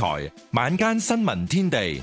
台晚間新聞天地，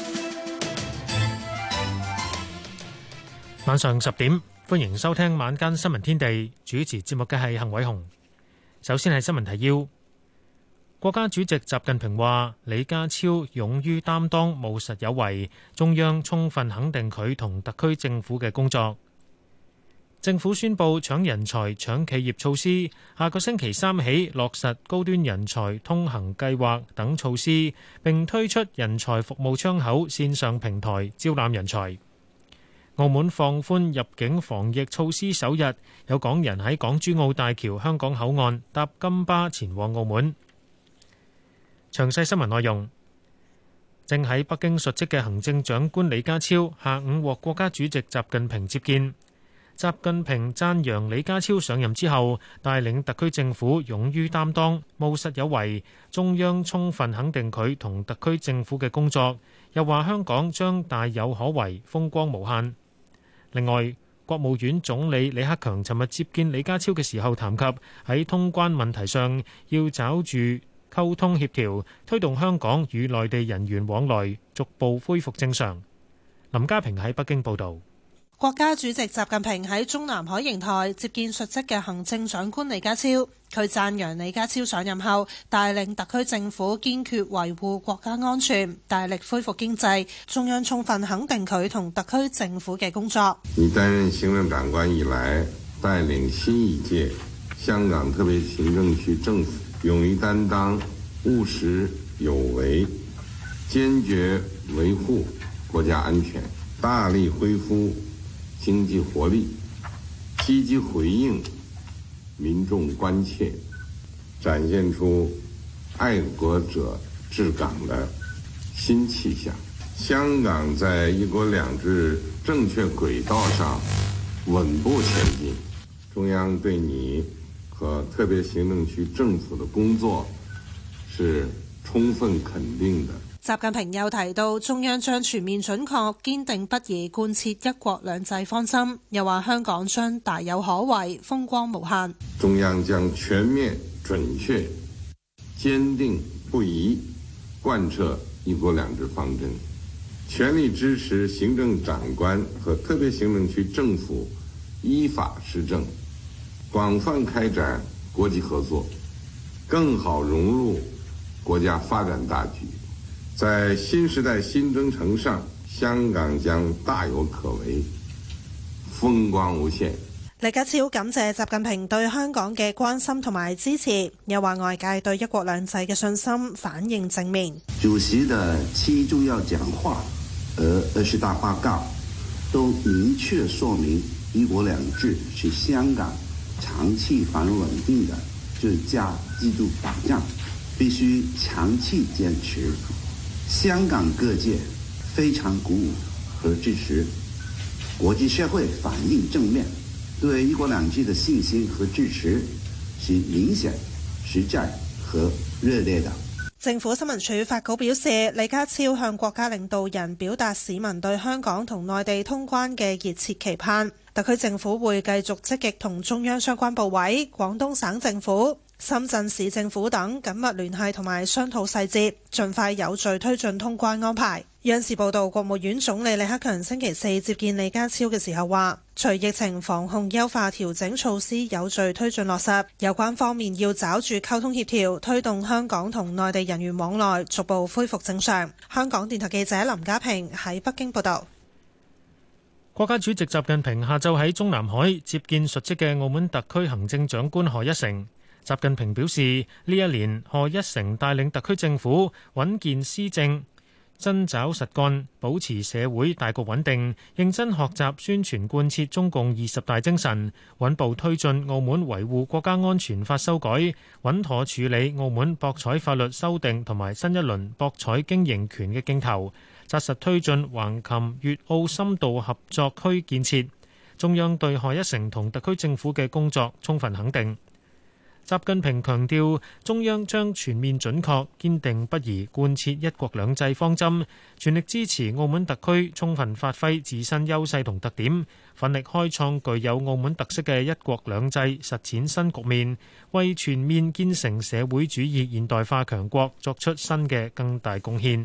晚上10點，歡迎收聽晚間新聞天地。主持節目嘅係幸偉雄。首先係新聞提要。國家主席習近平話：李家超勇於擔當，務實有為，中央充分肯定佢同特區政府嘅工作。政府宣布搶人才、搶企業措施，下個星期三起落實高端人才通行計劃等措施，並推出人才服務窗口線上平台招攬人才。澳門放寬入境防疫措施首日，有港人喺港珠澳大橋香港口岸搭金巴前往澳門。詳細新聞內容。正喺北京述職嘅行政長官李家超下午獲國家主席習近平接見。習近平讚揚李家超上任之後帶領特區政府勇於擔當、務實有為，中央充分肯定佢同特區政府嘅工作，又話香港將大有可為、風光無限。另外，國務院總理李克強尋日接見李家超嘅時候談及喺通關問題上要抓住溝通協調，推動香港與內地人員往來逐步恢復正常。林家平喺北京報導。 國家主席習近平喺中南海瀛台接見述職嘅行政長官李家超，佢讚揚李家超上任後帶領特區政府堅決維護國家安全，大力恢復經濟，中央充分肯定佢同特區政府嘅工作。 你擔任行政長官以來，帶領新一屆香港特別行政區政府勇於擔當、務實有為，堅決維護國家安全，大力恢復經濟活力，積極回應民眾關切，展現出愛國者治港的新氣象。香港在一國兩制正確軌道上穩步前進，中央對你和特別行政區政府的工作是充分肯定的。 習近平又提到，中央將全面準確、堅定不移貫徹一國兩制方針，又話香港將大有可為、風光無限。 中央將全面準確、堅定不移貫徹一國兩制方針，全力支持行政長官和特別行政區政府依法施政，廣泛開展國際合作，更好融入國家發展大局。在新時代新征程上，香港將大有可為，風光無限。 李家超感謝習近平對香港嘅關心同埋支持，又話外界對一國兩制嘅信心反應正面。 主席的7重要講話和20大報告都明確說明，一國兩制是香港長期繁榮穩定的國家制度保障，必須長期堅持。香港各界非常鼓舞和支持，國際社會反應正面，對一國兩制的信心和支持是明顯、實在和熱烈的。 政府新聞處發稿表示，李家超向國家領導人表達市民對香港同內地通關嘅熱切期盼，特區政府會繼續積極同中央相關部委、廣東省政府、深圳市政府等緊密聯繫同埋商討細節，盡快有序推進通關安排。央視報道，國務院總理李克強星期四接見李家超嘅時候話，隨疫情防控優化調整措施有序推進落實，有關方面要抓住溝通協調，推動香港同內地人員往來逐步恢復正常。香港電台記者林家平喺北京報道。 國家主席習近平下晝喺中南海接見述職嘅澳門特區行政長官賀一誠。習近平表示，呢一年賀一誠帶領特區政府穩健施政，真抓實幹，保持社會大局穩定，認真學習宣傳貫徹中共20大精神，穩步推進澳門維護國家安全法修改，穩妥處理澳門博彩法律修訂同埋新一輪博彩經營權嘅競投，紮實推進橫琴粵澳深度合作區建設。中央對賀一誠同特區政府嘅工作充分肯定。 習近平強調，中央將全面準確、堅定不移貫徹一國兩制方針，全力支持澳門特區充分發揮自身優勢同特點，奮力開創具有澳門特色嘅一國兩制實踐新局面，為全面建成社會主義現代化強國作出新嘅更大貢獻。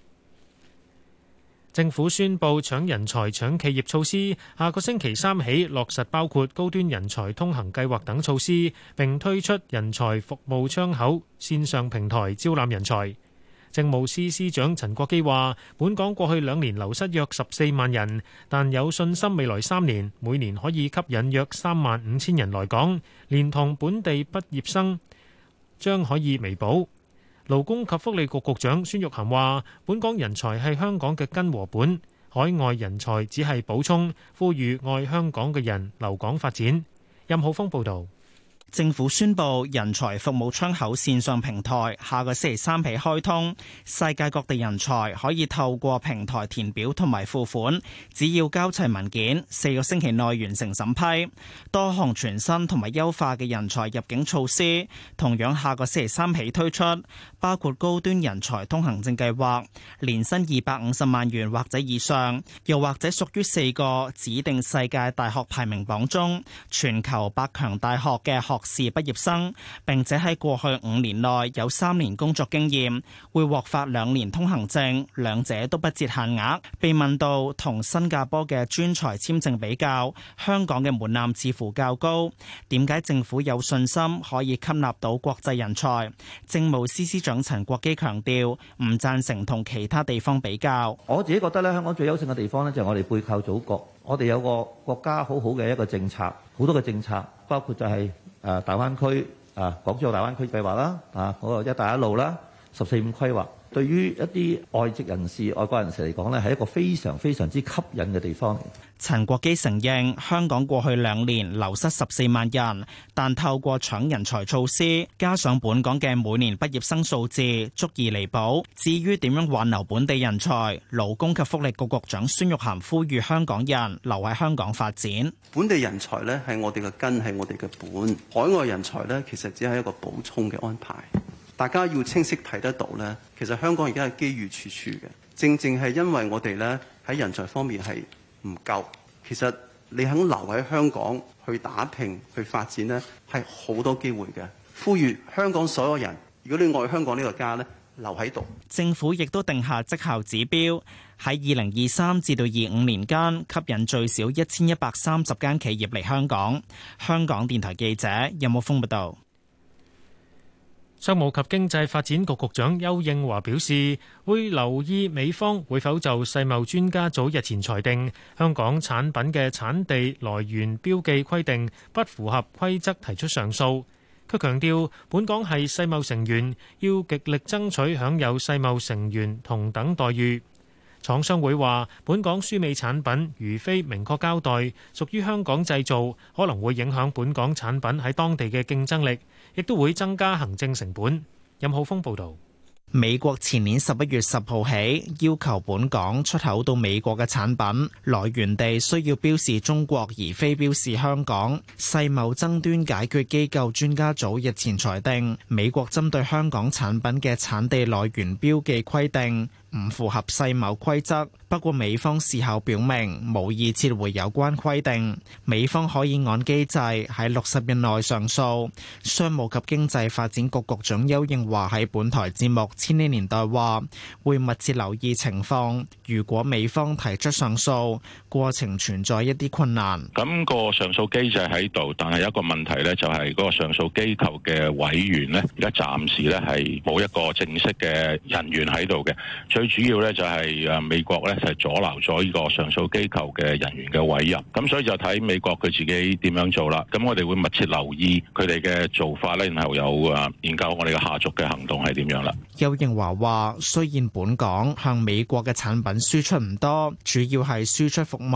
政府宣布搶人才、搶企業措施，下個星期三起落實包括高端人才通行計劃等措施，並推出人才服務窗口線上平台招攬人才。政務司司長陳國基話，本港過去2年流失約14萬人，但有信心未來3年每年可以吸引約35000人來港，連同本地畢業生將可以彌補。勞工及福利局局長孫玉菡話，本港人才係香港嘅根和本，海外人才只係補充，呼籲愛香港嘅人留港發展。任浩峰報導。 政府宣布人才服務窗口線上平台下個星期三起開通，世界各地人才可以透過平台填表同埋付款，只要交齊文件，4個星期內完成審批。多項全新同埋優化嘅人才入境措施，同樣下個星期三起推出，包括高端人才通行證計劃，年薪250萬元或者以上，又或者屬於4個指定世界大學排名榜中全球100強大學嘅學士畢業生，並且喺過去5年內有3年工作經驗，會獲發2年通行證，兩者都不設限額。被問到同新加坡嘅專才簽證比較，香港嘅門檻似乎較高，點解政府有信心可以吸納到國際人才？政務司司長陳國基強調，唔贊成同其他地方比較。 我自己覺得咧，香港最優勝嘅地方咧，就係我哋背靠祖國，我哋有個國家好好嘅一個政策，好多嘅政策，包括就係大灣區港珠澳大灣區計劃啦，嗰個一帶一路啦，14-5規劃，對於一啲外籍人士、外國人士嚟講咧，係一個非常非常之吸引嘅地方。 陳國基承認香港過去2年流失14萬人，但透過搶人才措施，加上本港嘅每年畢業生數字，足以彌補。至於點樣挽留本地人才，勞工及福利局局長孫玉菡呼籲香港人留喺香港發展。 本地人才呢係我哋嘅根，係我哋嘅本，海外人才呢其實只係一個補充嘅安排。大家要清晰睇得到呢，其實香港而家係機遇處處嘅，正正係因為我哋呢喺人才方面係唔夠，其實你肯留喺香港去打拼去發展呢，係好多機會嘅。呼籲香港所有人，如果你愛香港呢個家呢，留喺度。 政府亦都定下績效指標，喺2023至到25年間吸引最少1130間企業嚟香港。香港電台記者任武峰報道。 商務及經濟發展局局長邱應華表示，會留意美方會否就世貿專家組日前裁定香港產品嘅產地來源標記規定不符合規則提出上訴。佢強調，本港係世貿成員，要極力爭取享有世貿成員同等待遇。廠商會話，本港輸美產品如非明確交代屬於香港製造，可能會影響本港產品喺當地嘅競爭力，亦都會增加行政成本。任浩峰報導。 美國前年11月10號起要求本港出口到美國嘅產品來源地需要標示中國而非標示香港。世貿爭端解決機構專家組日前裁定，美國針對香港產品嘅產地來源標記規定唔符合世貿規則，不過美方事後表明無意撤回有關規定，美方可以按機制喺60日內上訴。商務及經濟發展局局長邱應華喺本台節目《千禧年代》話，會密切留意情況，如果美方提出上訴，過程存在一啲困難。 咁個上訴機制喺度，但係有一個問題呢，就係嗰個上訴機構嘅委員呢，而家暫時呢係冇一個正式嘅人員喺度嘅。最主要咧就係美國咧就係阻撓咗呢個上訴機構嘅人員嘅委任，咁所以就睇美國佢自己點樣做啦。咁我哋會密切留意佢哋嘅做法咧，然後有研究我哋嘅下續嘅行動係點樣啦。 邱應華話：雖然本港向美國嘅產品輸出唔多，主要係輸出服務，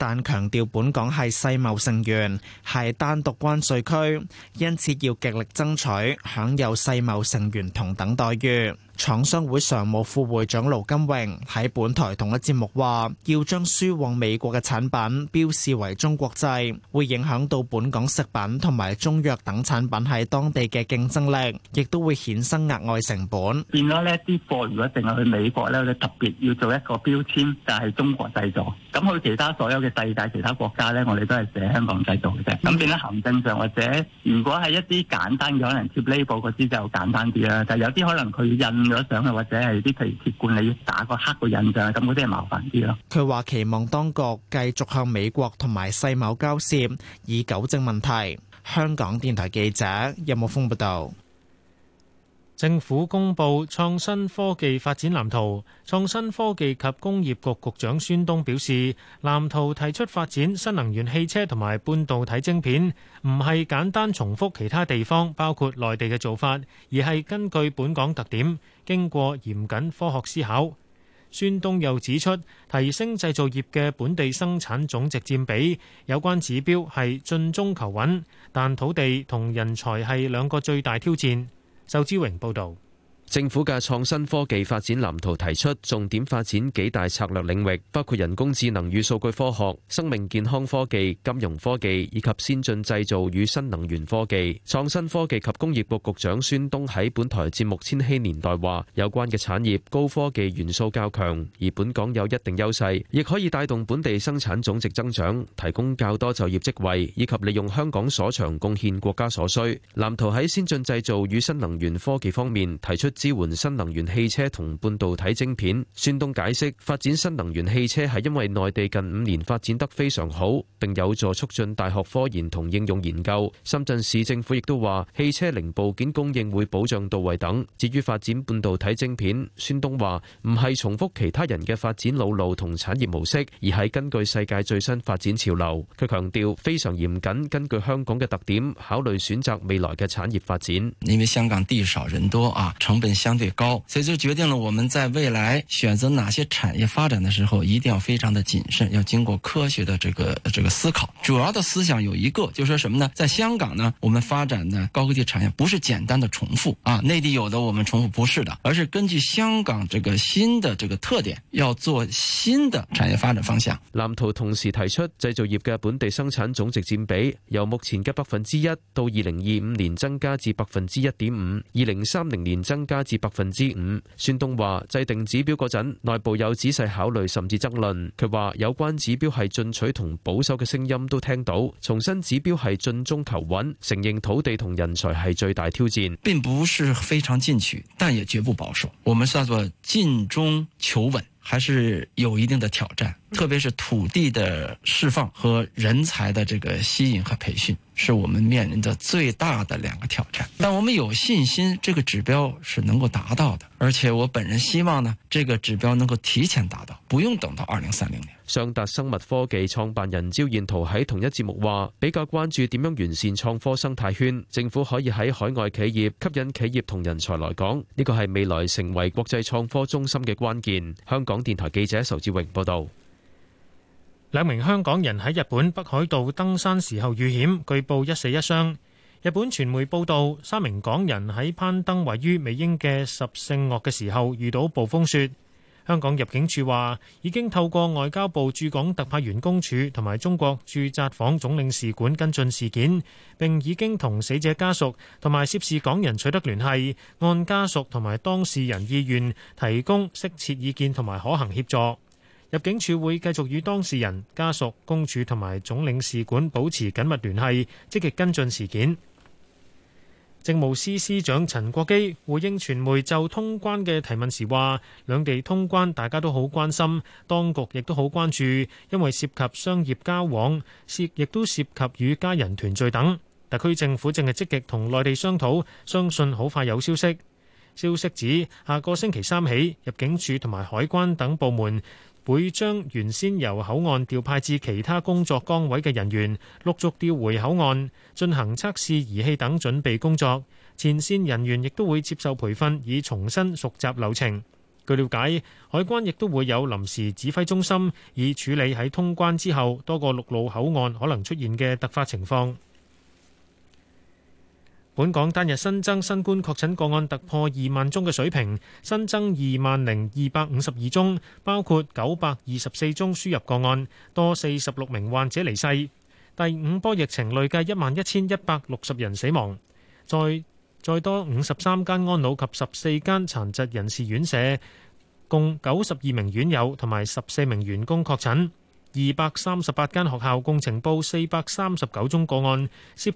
但強調本港係世貿成員，係單獨關稅區，因此要極力爭取享有世貿成員同等待遇。廠商會常務副會長盧金榮喺本台同一節目話，要將輸往美國嘅產品標示為中國製，會影響到本港食品同埋中藥等產品喺當地嘅競爭力，亦都會衍生額外成本。 變咗呢啲貨如果淨係去美國咧，我哋特別要做一個標籤，就係中國製造。咁去其他所有嘅世界其他國家咧，我哋都係寫香港製造嘅啫。咁變咗行政上或者如果係一啲簡單嘅，可能貼 label 嗰啲就簡單啲啦。但有啲可能佢印咗上去，或者係啲譬如鐵罐，你要打個黑個印象，咁嗰啲係麻煩啲咯。 佢話期望當局繼續向美國同埋世貿交涉，以糾正問題。香港電台記者任木峰報道。 政府公布創新科技發展藍圖，創新科技及工業局局長孫東表示，藍圖提出發展新能源汽車同埋半導體晶片，唔係簡單重複其他地方包括內地嘅做法，而係根據本港特點，經過嚴謹科學思考。孫東又指出，提升製造業嘅本地生產總值佔比，有關指標係進中求穩，但土地同人才係兩個最大挑戰。周之榮報導。 政府嘅創新科技發展藍圖提出重點發展幾大策略領域，包括人工智能與數據科學、生命健康科技、金融科技以及先進製造與新能源科技。創新科技及工業局局長孫東喺本台節目《千禧年代》話，有關嘅產業高科技元素較強，而本港有一定優勢，亦可以帶動本地生產總值增長，提供較多就業職位，以及利用香港所長貢獻國家所需。藍圖喺先進製造與新能源科技方面提出支援新能源汽車同半導體晶片。孫東解釋，發展新能源汽車係因為內地近5年發展得非常好，並有助促進大學科研同應用研究。深圳市政府亦都話，汽車零部件供應會保障到位等。至於發展半導體晶片，孫東話唔係重複其他人嘅發展老路同產業模式，而係根據世界最新發展潮流。佢強調非常嚴謹，根據香港嘅特點考慮選擇未來嘅產業發展。 因為香港地少人多啊，成本相對高，所以就決定了我們在未來選擇哪些產業發展的時候，一定要非常的謹慎，要經過科學的這個思考。主要的思想有一個，就是說什麼呢？在香港呢，我們發展的高科技產業不是簡單的重複啊，內地有的我們重複不是的，而是根據香港這個新的這個特點，要做新的產業發展方向。 藍圖同時提出製造業嘅本地生產總值佔比由目前嘅1%到2025年增加至1.5%，2030年增加至5%。孫東話制定指標嗰陣，內部有仔細考慮甚至爭論。佢話有關指標係進取同保守嘅聲音都聽到，重申指標係進中求穩，承認土地同人才係最大挑戰。 並不是非常進取，但也絕不保守。我們叫做進中求穩，還是有一定的挑戰。特別是土地的釋放和人才的這個吸引和培訓，是我們面臨的最大的兩個挑戰。但我們有信心，這個指標是能夠達到的。而且我本人希望呢，這個指標能夠提前達到，不用等到2030年。 尚達生物科技創辦人焦燕圖喺同一節目話，比較關注點樣完善創科生態圈，政府可以喺海外企業吸引企業同人才來港，呢個係未來成為國際創科中心嘅關鍵。香港電台記者仇志榮報道。2名香港人喺日本北海道登山時候遇險，據報1死1傷。日本傳媒報道，3名港人喺攀登位於美瑛嘅十勝岳嘅時候遇到暴風雪。香港入境處話，已經透過外交部駐港特派員公署同埋中國駐札幌總領事館跟進事件，並已經同死者家屬同埋涉事港人取得聯繫，按家屬同埋當事人意願提供適切意見同埋可行協助。入境處會繼續與當事人、家屬、公署同埋總領事館保持緊密聯繫，積極跟進事件。政務司司長陳國基回應傳媒就通關嘅提問時話，兩地通關大家都好關心，當局亦都好關注，因為涉及商業交往，亦都涉及與家人團聚等。特區政府正係積極同內地商討，相信好快有消息。消息指，下個星期3起，入境處同埋海關等部門會將原先由口岸調派至其他工作崗位嘅人員陸續調回口岸，進行測試儀器等準備工作。前線人員亦都會接受培訓，以重新熟習流程。 據了解，海關亦都會有臨時指揮中心，以處理喺通關之後多個陸路口岸可能出現嘅突發情況。本港單日新增新冠確診個案突破2萬宗嘅水平，新增20,252宗，包括924宗輸入個案，多46名患者離世。第5波疫情累計11,160人死亡。再多53間安老及14間殘疾人士院舍，共92名院友同埋14名員工確診。238間學校共呈報439宗個案，涉及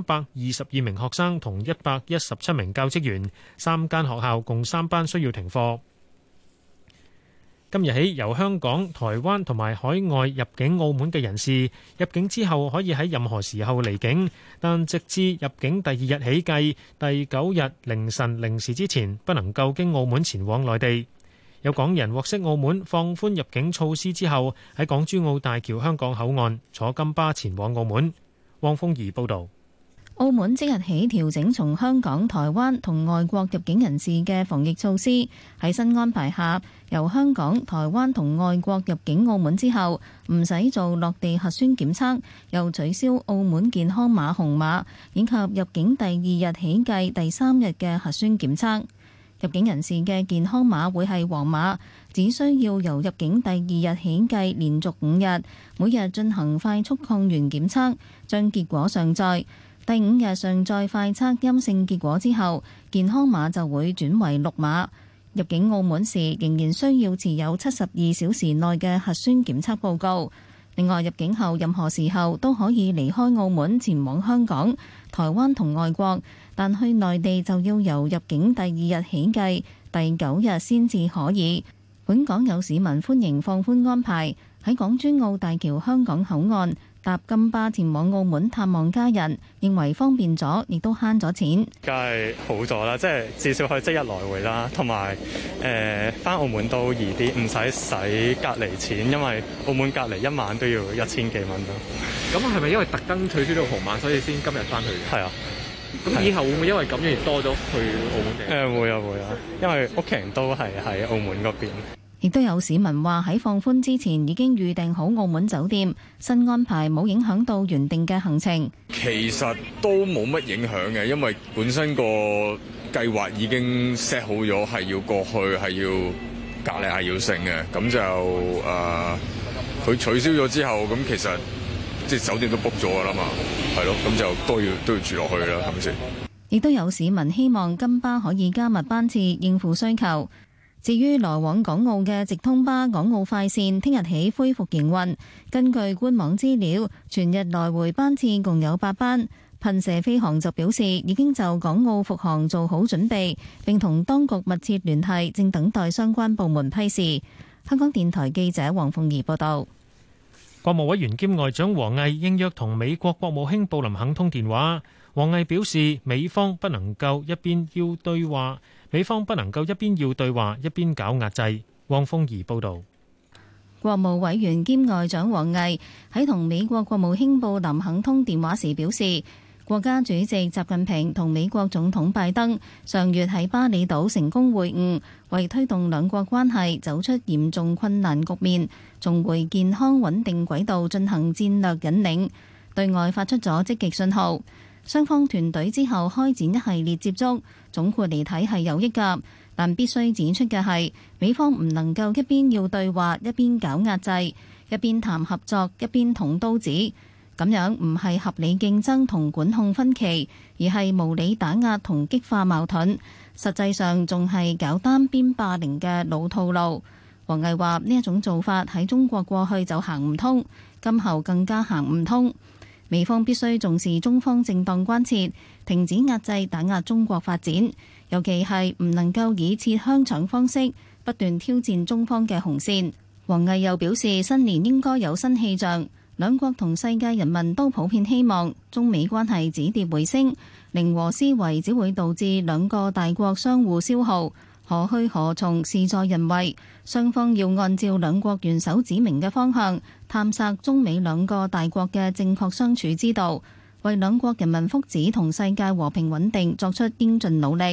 322名學生同117名教職員。3間學校共3班需要停課。今日起，由香港、台灣同埋海外入境澳門嘅人士，入境之後可以喺任何時候離境，但直至入境第2日起計，第9日凌晨0時之前，不能夠經澳門前往內地。有港人獲悉澳門放寬入境措施之後，喺港珠澳大橋香港口岸坐金巴前往澳門。汪峰儀報導。 澳門即日起調整從香港、台灣同外國入境人士嘅防疫措施。喺新安排下，由香港、台灣同外國入境澳門之後，唔使做落地核酸檢測，又取消澳門健康碼紅碼，以及入境第2日起計第3日嘅核酸檢測。入境人士嘅健康碼會係黃碼，只需要由入境第2日起計連續5日，每日進行快速抗原檢測，將結果上載。第5日上載快測陰性結果之後，健康碼就會轉為綠碼。入境澳門時仍然需要持有72小時內嘅核酸檢測報告。另外，入境後任何時候都可以離開澳門前往香港、台灣同外國，但去內地就要由入境第2日起計第9日先至可以。本港有市民歡迎放寬安排，喺港珠澳大橋香港口岸搭金巴前往澳門探望家人，認為方便咗，亦都慳咗錢。 梗係好咗啦，即係至少可以即日來回啦，同埋返澳門都易啲，唔使隔離錢，因為澳門隔離1晚都要1000幾蚊咯。 咁係咪因為特登取消咗紅碼，所以先今日返去？ 係啊。 咁以後會唔會因為咁樣而多咗去澳門嘅？ 會啊，因為屋企人都係喺澳門嗰邊。 亦都有市民話喺放寬之前已經預訂好澳門酒店，新安排冇影響到原定嘅行程。 其實都冇乜影響嘅，因為本身個計劃已經 set 好咗，係要過去，係要隔離，係要剩嘅。咁就佢取消咗之後，咁其實即係酒店都 book 咗㗎啦嘛，係咯，咁就都要住落去啦，係咪先？ 亦都有市民希望金巴可以加密班次應付需求。至於來往港澳嘅直通巴港澳快線，聽日起恢復營運。根據官網資料，全日來回班次共有8班。噴射飛航就表示已經就港澳復航做好準備，並同當局密切聯繫，正等待相關部門批示。香港電台記者黃鳳儀報道。 國務委員兼外長王毅應約同美國國務卿布林肯通電話。王毅表示，美方不能夠一邊要對話一邊搞壓制。汪峰儀報導。 國務委員兼外長王毅喺同美國國務卿布林肯通電話時表示，國家主席習近平同美國總統拜登上月喺巴厘島成功會晤，為推動兩國關係走出嚴重困難局面，重回健康穩定軌道進行戰略引領，對外發出咗積極信號。雙方團隊之後開展一系列接觸，總括嚟睇係有益㗎，但必須指出嘅係，美方唔能夠一邊要對話，一邊搞壓制，一邊談合作，一邊捅刀子，咁樣唔係合理競爭同管控分歧，而係無理打壓同激化矛盾，實際上仲係搞單邊霸凌嘅老套路。王毅話呢一種做法喺中國過去就行唔通，今後更加行唔通。美方必須重視中方正當關切，停止壓制打壓中國發展，尤其係唔能夠以切香腸方式不斷挑戰中方嘅紅線。王毅又表示，新年應該有新氣象，兩國同世界人民都普遍希望中美關係止跌回升，零和思維只會導致兩個大國相互消耗，何去何從，事在人為。雙方要按照兩國元首指明嘅方向，探索中美兩個大國嘅正確相處之道，為兩國人民福祉同世界和平穩定作出應盡努力。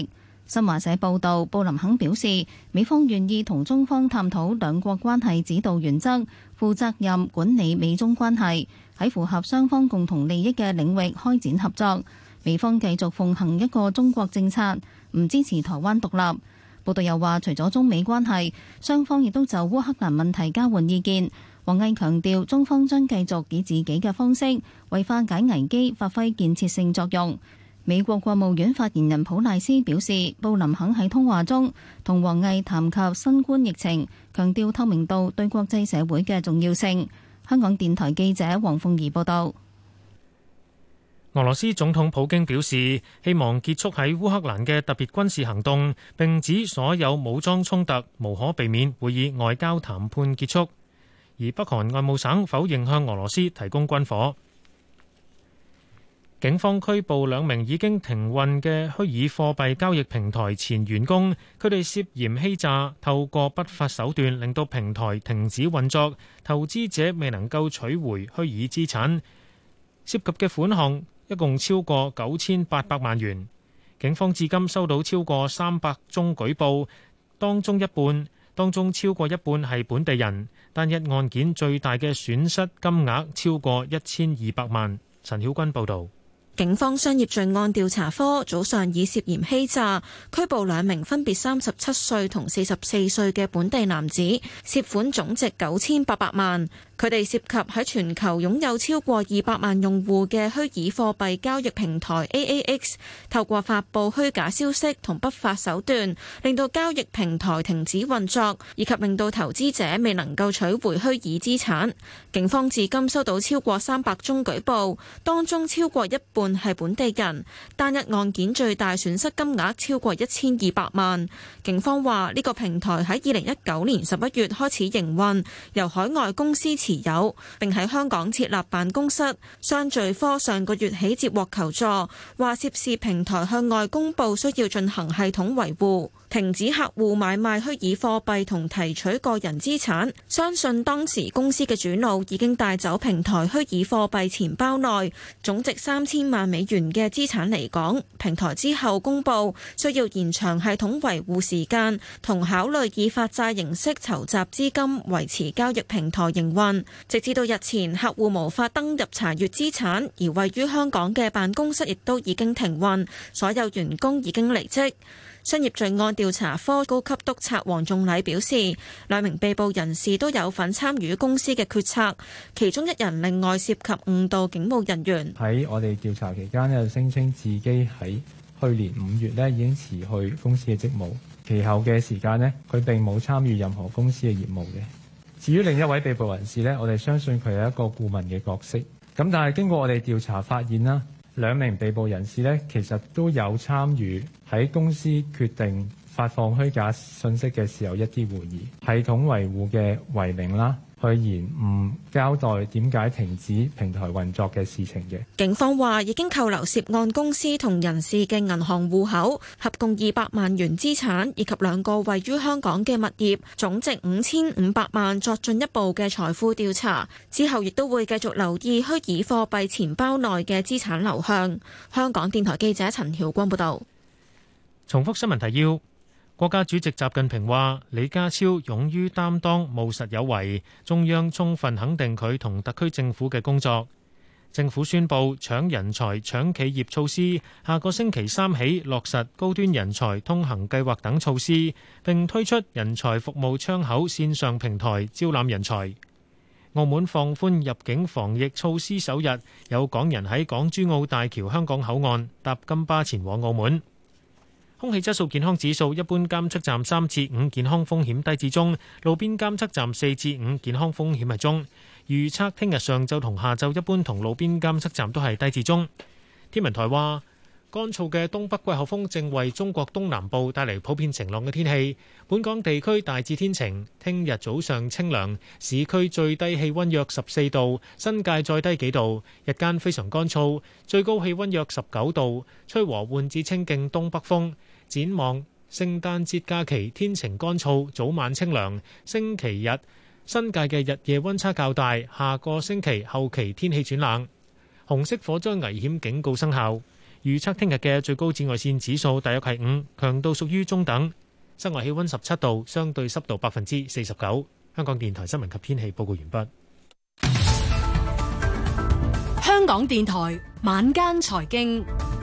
新華社報道，布林肯表示，美方願意同中方探討兩國關係指導原則，負責任管理美中關係，喺符合雙方共同利益嘅領域開展合作。美方繼續奉行一個中國政策，唔支持台灣獨立。報道又話，除咗中美關係，雙方亦都就烏克蘭問題交換意見。王毅強調，中方將繼續以自己嘅方式為化解危機發揮建設性作用。美國國務院發言人普賴斯表示，布林肯喺通話中同王毅談及新冠疫情，強調透明度對國際社會嘅重要性。香港電台記者黃鳳儀報道。 俄羅斯總統普京表示，希望結束喺烏克蘭嘅特別軍事行動，並指所有武裝衝突無可避免會以外交談判結束。而北韓外務省否認向俄羅斯提供軍火。警方拘捕2名已經停運嘅虛擬貨幣交易平台前員工，佢哋涉嫌欺詐，透過不法手段令到平台停止運作，投資者未能夠取回虛擬資產，涉及嘅款項一共超過9800萬元。警方至今收到超過300宗舉報，當中超過一半係本地人，單一案件最大嘅損失金額超過1200萬。陳曉君報導。 警方商業罪案調查科早上以涉嫌欺詐拘捕2名分別37歲同44歲嘅本地男子，涉款總值9800萬。佢哋涉及喺全球擁有超過200萬用戶嘅虛擬貨幣交易平台 AAX， 透過發布虛假消息同不法手段，令到交易平台停止運作，以及令到投資者未能夠取回虛擬資產。警方至今收到超過300宗舉報，當中超過一半係本地人，單一案件最大損失金額超過1200萬。警方話呢個平台喺2019年11月開始營運，由海外公司持有，並喺香港設立辦公室。商罪科上個月起接獲求助，話涉事平台向外公佈需要進行系統維護，停止客戶買賣虛擬貨幣同提取個人資產。相信當時公司嘅主腦已經帶走平台虛擬貨幣錢包內總值3000萬美元嘅資產離港。平台之後公佈需要延長系統維護時間，同考慮以發債形式籌集資金維持交易平台營運。直至到日前，客戶無法登入查閱資產，而位於香港嘅辦公室亦都已經停運，所有員工已經離職。商業罪案調查科高級督察黃仲禮表示，2名被捕人士都有份參與公司嘅決策，其中1人另外涉及誤導警務人員。 喺我哋調查期間咧，聲稱自己喺去年5月咧已經辭去公司嘅職務，其後嘅時間咧，佢並冇參與任何公司嘅業務嘅。至於另一位被捕人士呢，我哋相信佢係一個顧問嘅角色。咁但係經過我哋調查發現啦，2名被捕人士呢，其實都有參與喺公司決定發放虛假信息嘅時候一啲會議，系統維護嘅為名啦，去延誤交代點解停止平台運作嘅事情嘅。 警方話已經扣留涉案公司同人士嘅銀行戶口，合共200萬元資產，以及2個位於香港嘅物業，總值5500萬，作進一步嘅財富調查。之後亦都會繼續留意虛擬貨幣錢包內嘅資產流向。香港電台記者陳曉君報導。 重複新聞提要。國家主席習近平話：李家超勇於擔當、務實有為，中央充分肯定佢同特區政府嘅工作。政府宣布搶人才、搶企業措施，下個星期3起落實高端人才通行計劃等措施，並推出人才服務窗口線上平台招攬人才。澳門放寬入境防疫措施首日，有港人喺港珠澳大橋香港口岸搭金巴前往澳門。空氣質素健康指數，一般監測站3至5健康風險低至中，路邊監測站4至5健康風險係中。預測聽日上晝同下晝一般同路邊監測站都係低至中。天文台話，乾燥嘅東北季候風正為中國東南部帶嚟普遍晴朗嘅天氣。本港地區大致天晴，聽日早上清涼，市區最低氣溫約14度，新界再低幾度。日間非常乾燥，最高氣溫約19度，吹和緩至清勁東北風。展望聖誕節假期天晴乾燥，早晚清涼。星期日新界嘅日夜溫差較大，下個星期後期天氣轉冷。紅色火災危險警告生效。 預測聽日嘅最高紫外線指數大約係5，強度屬於中等。室外氣溫17度，相對濕度49%。香港電台新聞及天氣報告完畢。 香港電台晚間財經，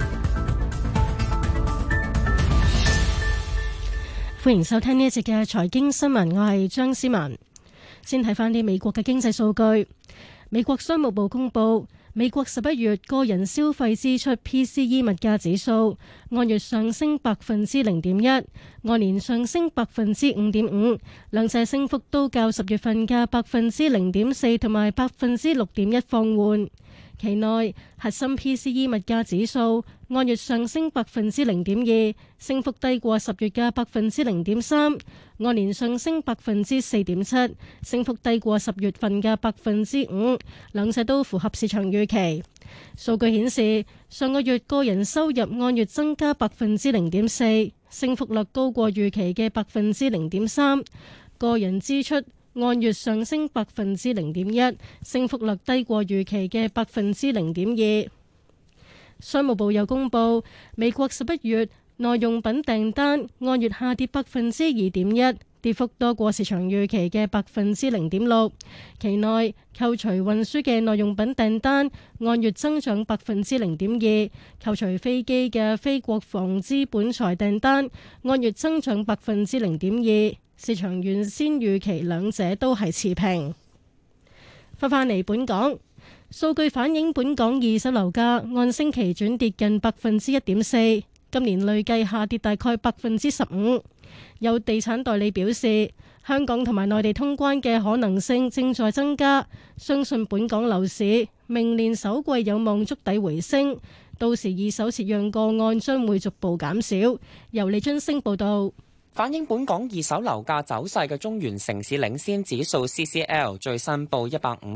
歡迎收聽呢一節嘅財經新聞，我係張思文。先睇翻啲美國嘅經濟數據。美國商務部公布，美國11月個人消費支出 PCE 物價指數按月上升0.1%，按年上升5.5%，兩者升幅都較10月份嘅0.4%同埋6.1%放緩。期內核心 PCE 物價指數按月上升0.2%，升幅低過10月嘅0.3%，按年上升4.7%，升幅低過10月份嘅5%，兩者都符合市場預期。數據顯示，上個月個人收入按月增加0.4%，升幅率高過預期嘅0.3%，個人支出按月上升0.1%，升幅率低過預期嘅0.2%。商務部又公布，美國11月耐用品訂單按月下跌2.1%，跌幅多過市場預期嘅0.6%。期內扣除運輸嘅耐用品訂單按月增長0.2%，扣除飛機嘅非國防資本財訂單按月增長0.2%。市場原先預期兩者都係持平。返嚟本港，數據反映本港二手樓價按星期轉跌近1.4%，今年累計下跌大概15%。有地產代理表示，香港同埋內地通關嘅可能性正在增加，相信本港樓市明年首季有望築底回升，到時二手折讓個案將會逐步減少。由李津升報導。 反映本港二手樓價走勢嘅中原城市領先指數 CCL 最新報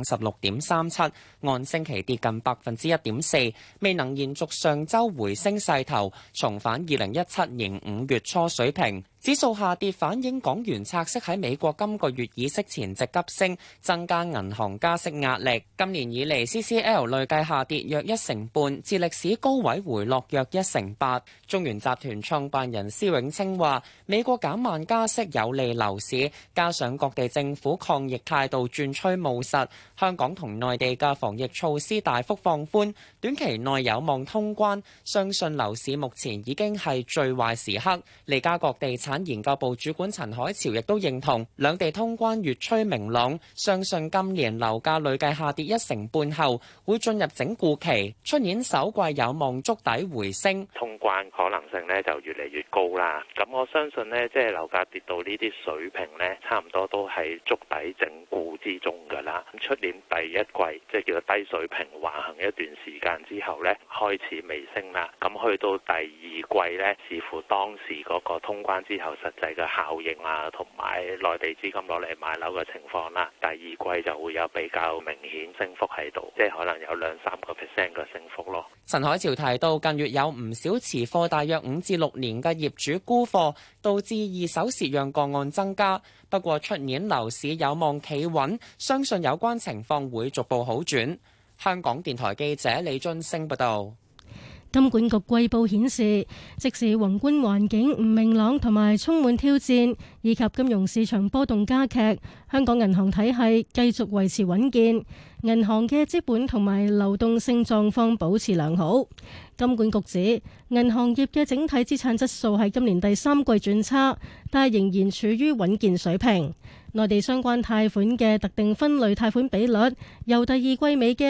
156.37，按星期跌近1.4%，未能延續上週回升勢頭，重返2017年5月初水平。指數下跌反映港元拆息喺美國今個月議息前夕急升，增加銀行加息壓力。今年以嚟 CCL 累計下跌約1.5%，至歷史高位回落約1.8%。中原集團創辦人施永青話：美國減慢加息有利樓市，加上各地政府抗疫態度轉趨務實，香港同內地嘅防疫措施大幅放寬，短期內有望通關。相信樓市目前已經係最壞時刻。利嘉閣地產研究部主管陳海潮亦都認同，兩地通關越趨明朗，相信今年樓價累計下跌1.5%後，會進入整固期，出年首季有望築底回升。 通關可能性呢就越嚟越高啦。咁我相信呢，即係樓價跌到呢啲水平呢，差唔多都係築底整固之中㗎啦。出年第一季即係叫做低水平橫行一段時間之後呢，開始微升啦。咁去到第二季呢，視乎當時嗰個通關之後實際嘅效應啊，同埋內地資金攞嚟買樓嘅情況啦，第二季就會有比較明顯升幅喺度，即係可能有2-3% 嘅升幅咯。 陳海潮提到，近月有唔少持貨大約5至6年嘅業主沽貨，導致二手蝕讓個案增加。不過出年樓市有望企穩，相信有關情況會逐步好轉。香港電台記者李津升報道。 金管局季報顯示，即使宏觀環境唔明朗同埋充滿挑戰，以及金融市場波動加劇，香港銀行體系繼續維持穩健，銀行嘅資本同埋流動性狀況保持良好。金管局指，銀行業嘅整體資產質素喺今年第三季轉差，但係仍然處於穩健水平。內地相關貸款嘅特定分類貸款比率由第二季尾嘅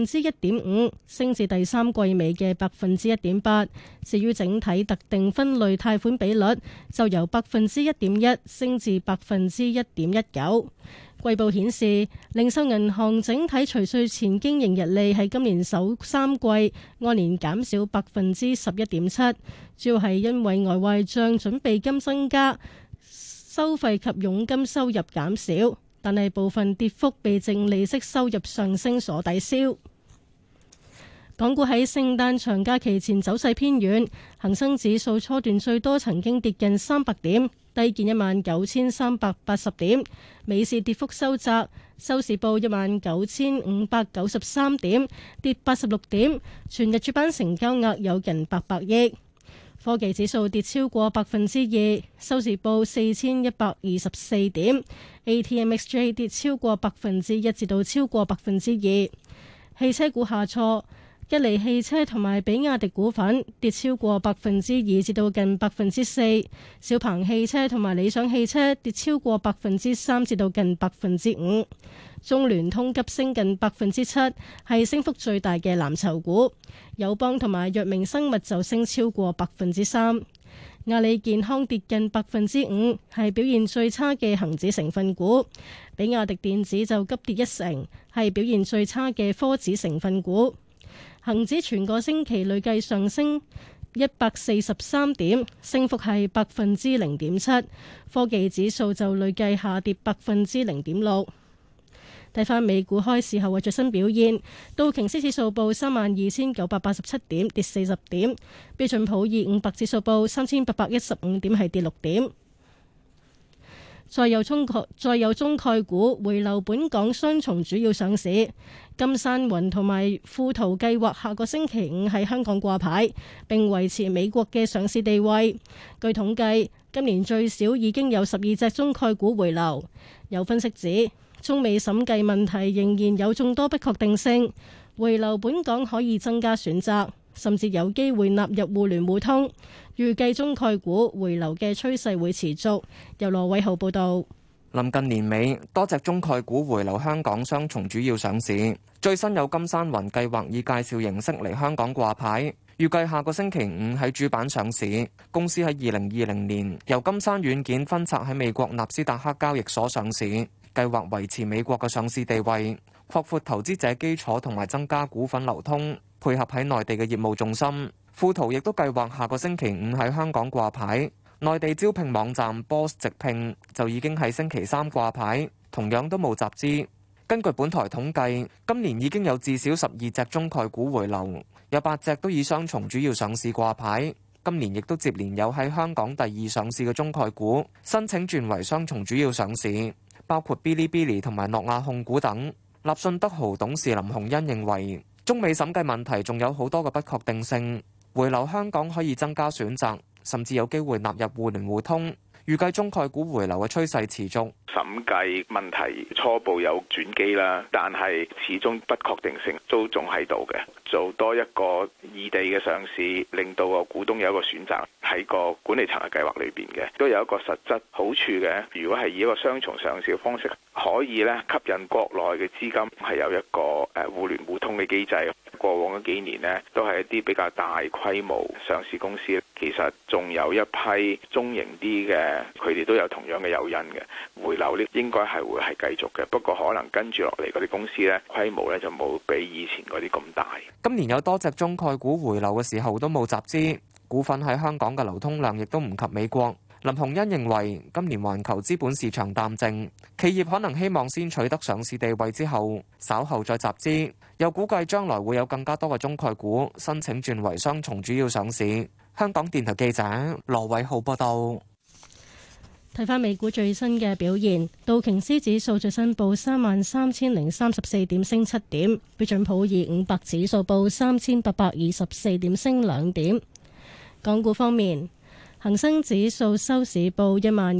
1.5%升至第三季尾嘅1.8%，至於整體特定分類貸款比率就由1.1%升至1.19%。季報顯示，零售銀行整體除稅前經營溢利喺今年首三季按年減少11.7%，主要係因為外匯賬準備金增加，收費及佣金收入減少，但係部分跌幅被淨利息收入上升所抵消。港股喺聖誕長假期前走勢偏軟，恒生指數初段最多曾經跌近300點， 低見19,380點，尾市跌幅收窄，收市報19,593點，跌86點，全日主板成交額有近800億。科技指數跌超過2%，收市報4,124點。ATMXJ 跌超過1%至到超過2%。汽車股下挫，吉利汽車同埋比亞迪股份跌超過2%至到近4%。小鵬汽車同埋理想汽車跌超過3%至到近5%。中聯通急升近7%，係升幅最大嘅藍籌股。友邦同埋藥明生物就升超過3%。阿里健康跌近5%，係表現最差嘅恒指成分股。比亞迪電子就急跌1%，係表現最差嘅科指成分股。恒指全個星期累計上升143點，升幅係0.7%。科技指數就累計下跌0.6%。睇返美股開市後嘅最新表現，道瓊斯指數報32,987點，跌40點；標準普爾500指數報3,815點，係跌6點。再有中概股回流本港雙重主要上市，金山雲同埋富途計劃下個星期五喺香港掛牌，並維持美國嘅上市地位。據統計，今年最少已經有12隻中概股回流。有分析指，中美審計問題仍然有眾多不確定性，回流本港可以增加選擇，甚至有機會納入互聯互通。預計中概股回流嘅趨勢會持續。由羅偉浩報導。 臨近年尾，多隻中概股回流香港雙重主要上市，最新有金山雲計劃以介紹形式嚟香港掛牌，預計下個星期五喺主板上市。公司喺2020年由金山軟件分拆喺美國納斯達克交易所上市。計劃維持美國嘅上市地位，擴闊投資者基礎同埋增加股份流通，配合喺內地嘅業務重心。富途亦都計劃下個星期五喺香港掛牌。內地招聘網站 Boss 直聘就已經喺星期三掛牌，同樣都冇集資。根據本台統計，今年已經有至少12隻中概股回流，有8隻都以雙重主要上市掛牌。今年亦都接連有喺香港第2上市嘅中概股申請轉為雙重主要上市。包括 Bilibili 同埋諾亞控股等。立信德豪董事林鴻恩認為，中美審計問題仲有好多嘅不確定性，回流香港可以增加選擇，甚至有機會納入互聯互通。預計中概股回流嘅趨勢持續。 審計問題初步有轉機啦，但係始終不確定性都仲喺度嘅。做多一個異地嘅上市，令到個股東有一個選擇喺個管理層嘅計劃裏邊嘅，都有一個實質好處嘅。如果係以一個雙重上市嘅方式，可以咧吸引國內嘅資金，係有一個互聯互通嘅機制。過往嗰幾年呢，都係一啲比較大規模上市公司，其實仲有一批中型啲嘅，佢哋都有同樣嘅誘因嘅。回流呢應該係會係繼續嘅，不過可能跟住落嚟嗰啲公司呢，規模呢就冇比以前嗰啲咁大。 今年有多隻中概股回流嘅時候都冇集資，股份喺香港嘅流通量亦都唔及美國。林鴻恩認為，今年環球資本市場淡靜，企業可能希望先取得上市地位之後，稍後再集資。又估計將來會有更加多嘅中概股申請轉為雙重主要上市。香港電台記者羅偉浩報道。 睇返美股最新嘅表現，道瓊斯指數最新報33,034點，升7點；標準普爾500指數報3,824點，升2點。港股方面，恒生指數收市報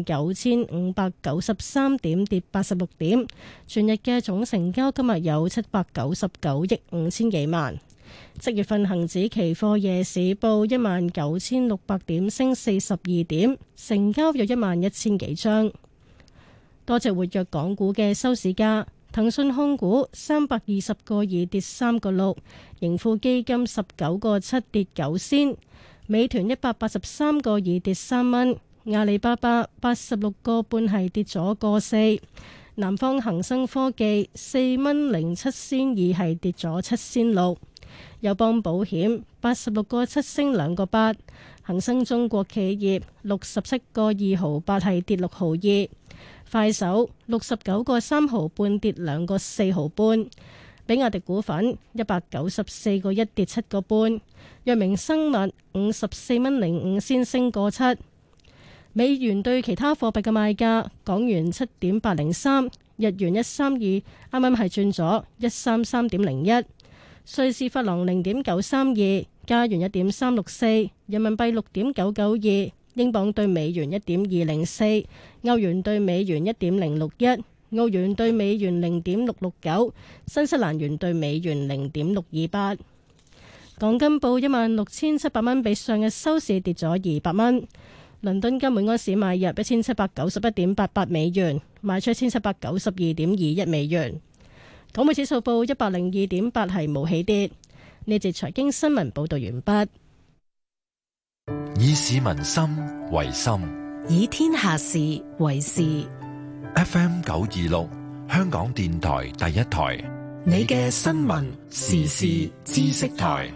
19,593點，跌86點。全日嘅總成交今日有799億5千幾萬。即月份恒指期貨夜市報19,600點，升42點，成交有11,000幾張。多隻活躍港股嘅收市價：騰訊控股320個2跌3個6，盈富基金19個7跌9仙，美團183個2跌3蚊，阿里巴巴86個半係跌咗個4，南方恒生科技4蚊07仙2係跌咗7仙6。友邦保險86個7升2個8，恒生中國企業67個2毫8係跌6毫2，快手69個3毫半跌2個4毫半，比亞迪股份194個1跌7個半，藥明生物54蚊05先升個7， 美元對其他貨幣嘅賣價：港元7.803，日元132，啱啱係轉咗133.01，瑞士法郎0.932，加元1.364，人民幣6.992，英鎊對美元1.204，歐元對美元1.061，澳元對美元0.669，新西蘭元對美元0.628。港金報16,700蚊，比上日收市跌咗200蚊。倫敦金每安士買入1791.88美元，賣出1792.21美元。港匯指數報102.8，係冇起跌。呢節財經新聞報道完畢。 以市民心為心， 以天下事為事。 FM 926，香港電台第一台， 你嘅新聞時事知識台。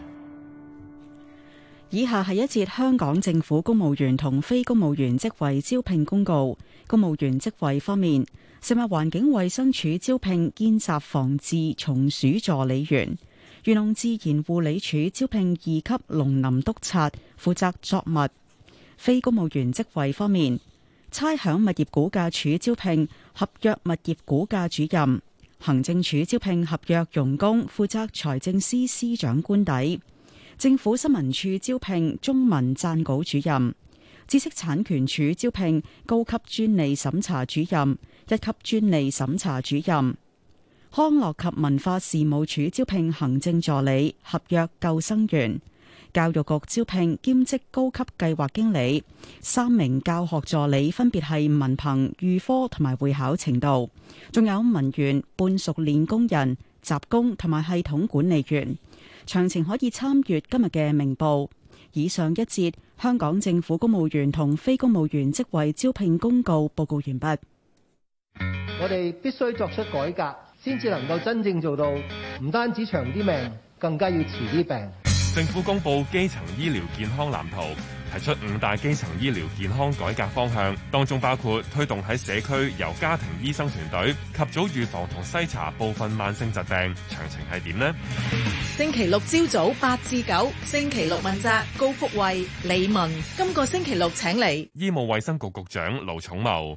以下係一節香港政府公務員同非公務員職位招聘公告。公務員職位方面，食物環境衛生署招聘見習防治蟲鼠助理員；漁農自然護理署招聘2級農林督察，負責作物。非公務員職位方面，差餉物業估價署招聘合約物業估價主任；行政署招聘合約傭工，負責財政司司長官邸。政府新聞處招聘中文撰稿主任，知識產權署招聘高級專利審查主任、1級專利審查主任。康樂及文化事務署招聘行政助理、合約救生員。教育局招聘兼職高級計劃經理，3名教學助理分別係文憑、預科同埋會考程度，仲有文員、半熟練工人、雜工同埋系統管理員。詳情可以參閱今日嘅明報。以上一節香港政府公務員同非公務員職位招聘公告報告完畢。 我哋必須作出改革，先至能夠真正做到唔單止長啲命，更加要遲啲病。 政府公布基層醫療健康藍圖，提出5大基層醫療健康改革方向，當中包括推動喺社區由家庭醫生團隊及早預防同篩查部分慢性疾病。詳情係點呢？ 星期六朝早8至9，星期六問責，高福慧、李文。今個星期六請嚟醫務衛生局局長盧寵茂。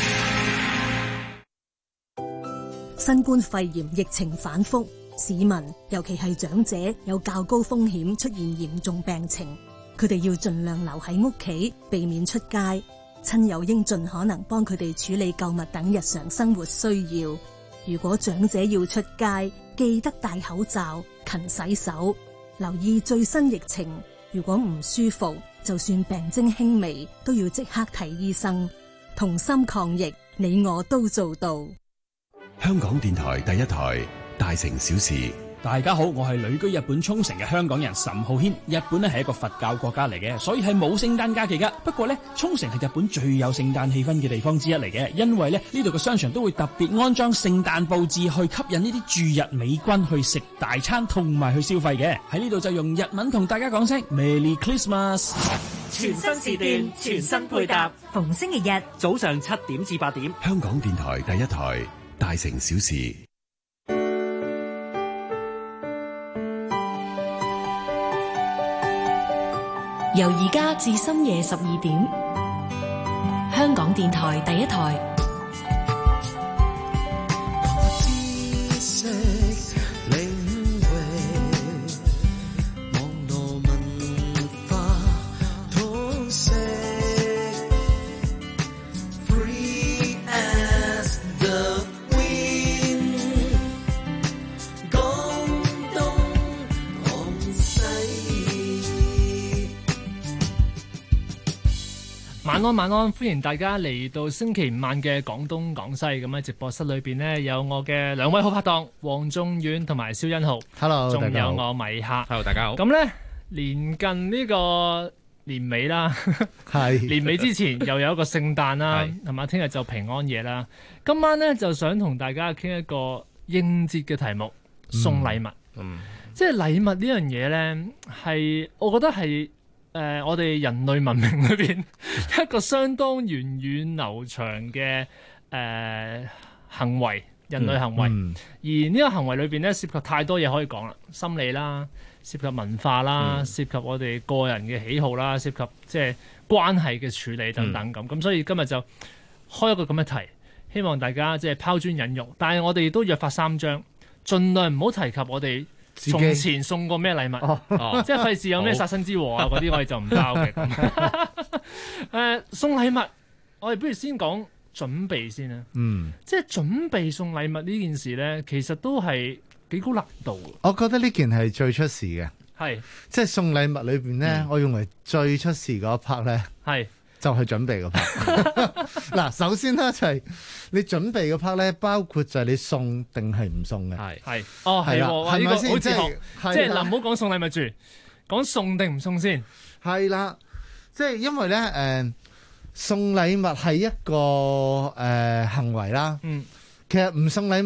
新冠肺炎疫情反覆，市民尤其係長者有較高風險出現嚴重病情，佢哋要盡量留喺屋企，避免出街。親友應盡可能幫佢哋處理購物等日常生活需要。如果長者要出街，記得戴口罩、勤洗手，留意最新疫情。如果唔舒服，就算病徵輕微，都要即刻睇醫生。同心抗疫，你我都做到。 香港電台第一台，大城小事。 大家好，我係旅居日本沖繩嘅香港人岑浩軒。日本呢係一個佛教國家嚟嘅，所以係冇聖誕假期噶。不過呢，沖繩係日本最有聖誕氣氛嘅地方之一嚟嘅，因為呢度嘅商場都會特別安裝聖誕佈置，去吸引呢啲駐日美軍去食大餐同埋去消費嘅。喺呢度就用日文同大家講聲 Merry Christmas。 全新時段，全新配搭，逢星期日早上7點至8點。 香港電台第一台，大城小事。 由而家至深夜12點，香港電台第一台。 晚安，歡迎大家嚟到星期5晚嘅廣東廣西。咁喺直播室裏邊呢，有我嘅兩位好拍檔黃仲遠同埋蕭欣浩。 Hello， 仲有我米克。 Hello，大家好。 咁呢，年近呢個年尾啦，係年尾之前又有一個聖誕啦，係嘛？聽日就平安夜啦。今晚呢，就想同大家傾一個應節嘅題目，送禮物。即係禮物呢樣嘢呢，係我覺得係。我哋人類文明裏邊一個相當源遠流長嘅行為，人類行為。而呢個行為裏邊咧，涉及太多嘢可以講啦，心理啦，涉及文化啦，涉及我哋個人嘅喜好啦，涉及即係關係嘅處理等等咁。咁所以今日就開一個咁嘅題，希望大家即係拋磚引玉。但係我哋都約法三章，盡量唔好提及我哋從前送過咩禮物，即係費事有咩殺身之禍啊嗰啲，我哋就唔交嘅。送禮物，我哋不如先講準備先啦。即係準備送禮物呢件事咧，其實都係幾高難度。 我覺得呢件係最出事嘅， 係即係送禮物裏邊咧，我認為最出事嗰一 part 咧， 係就係準備嗰 part。嗱，首先咧就係你準備嗰 part 咧，包括就係你送定係唔送嘅。 係係係咪先？即係嗱，唔好講送禮物住，講送定唔送先。 係啦，即係因為咧送禮物係一個行為啦。其實唔送禮物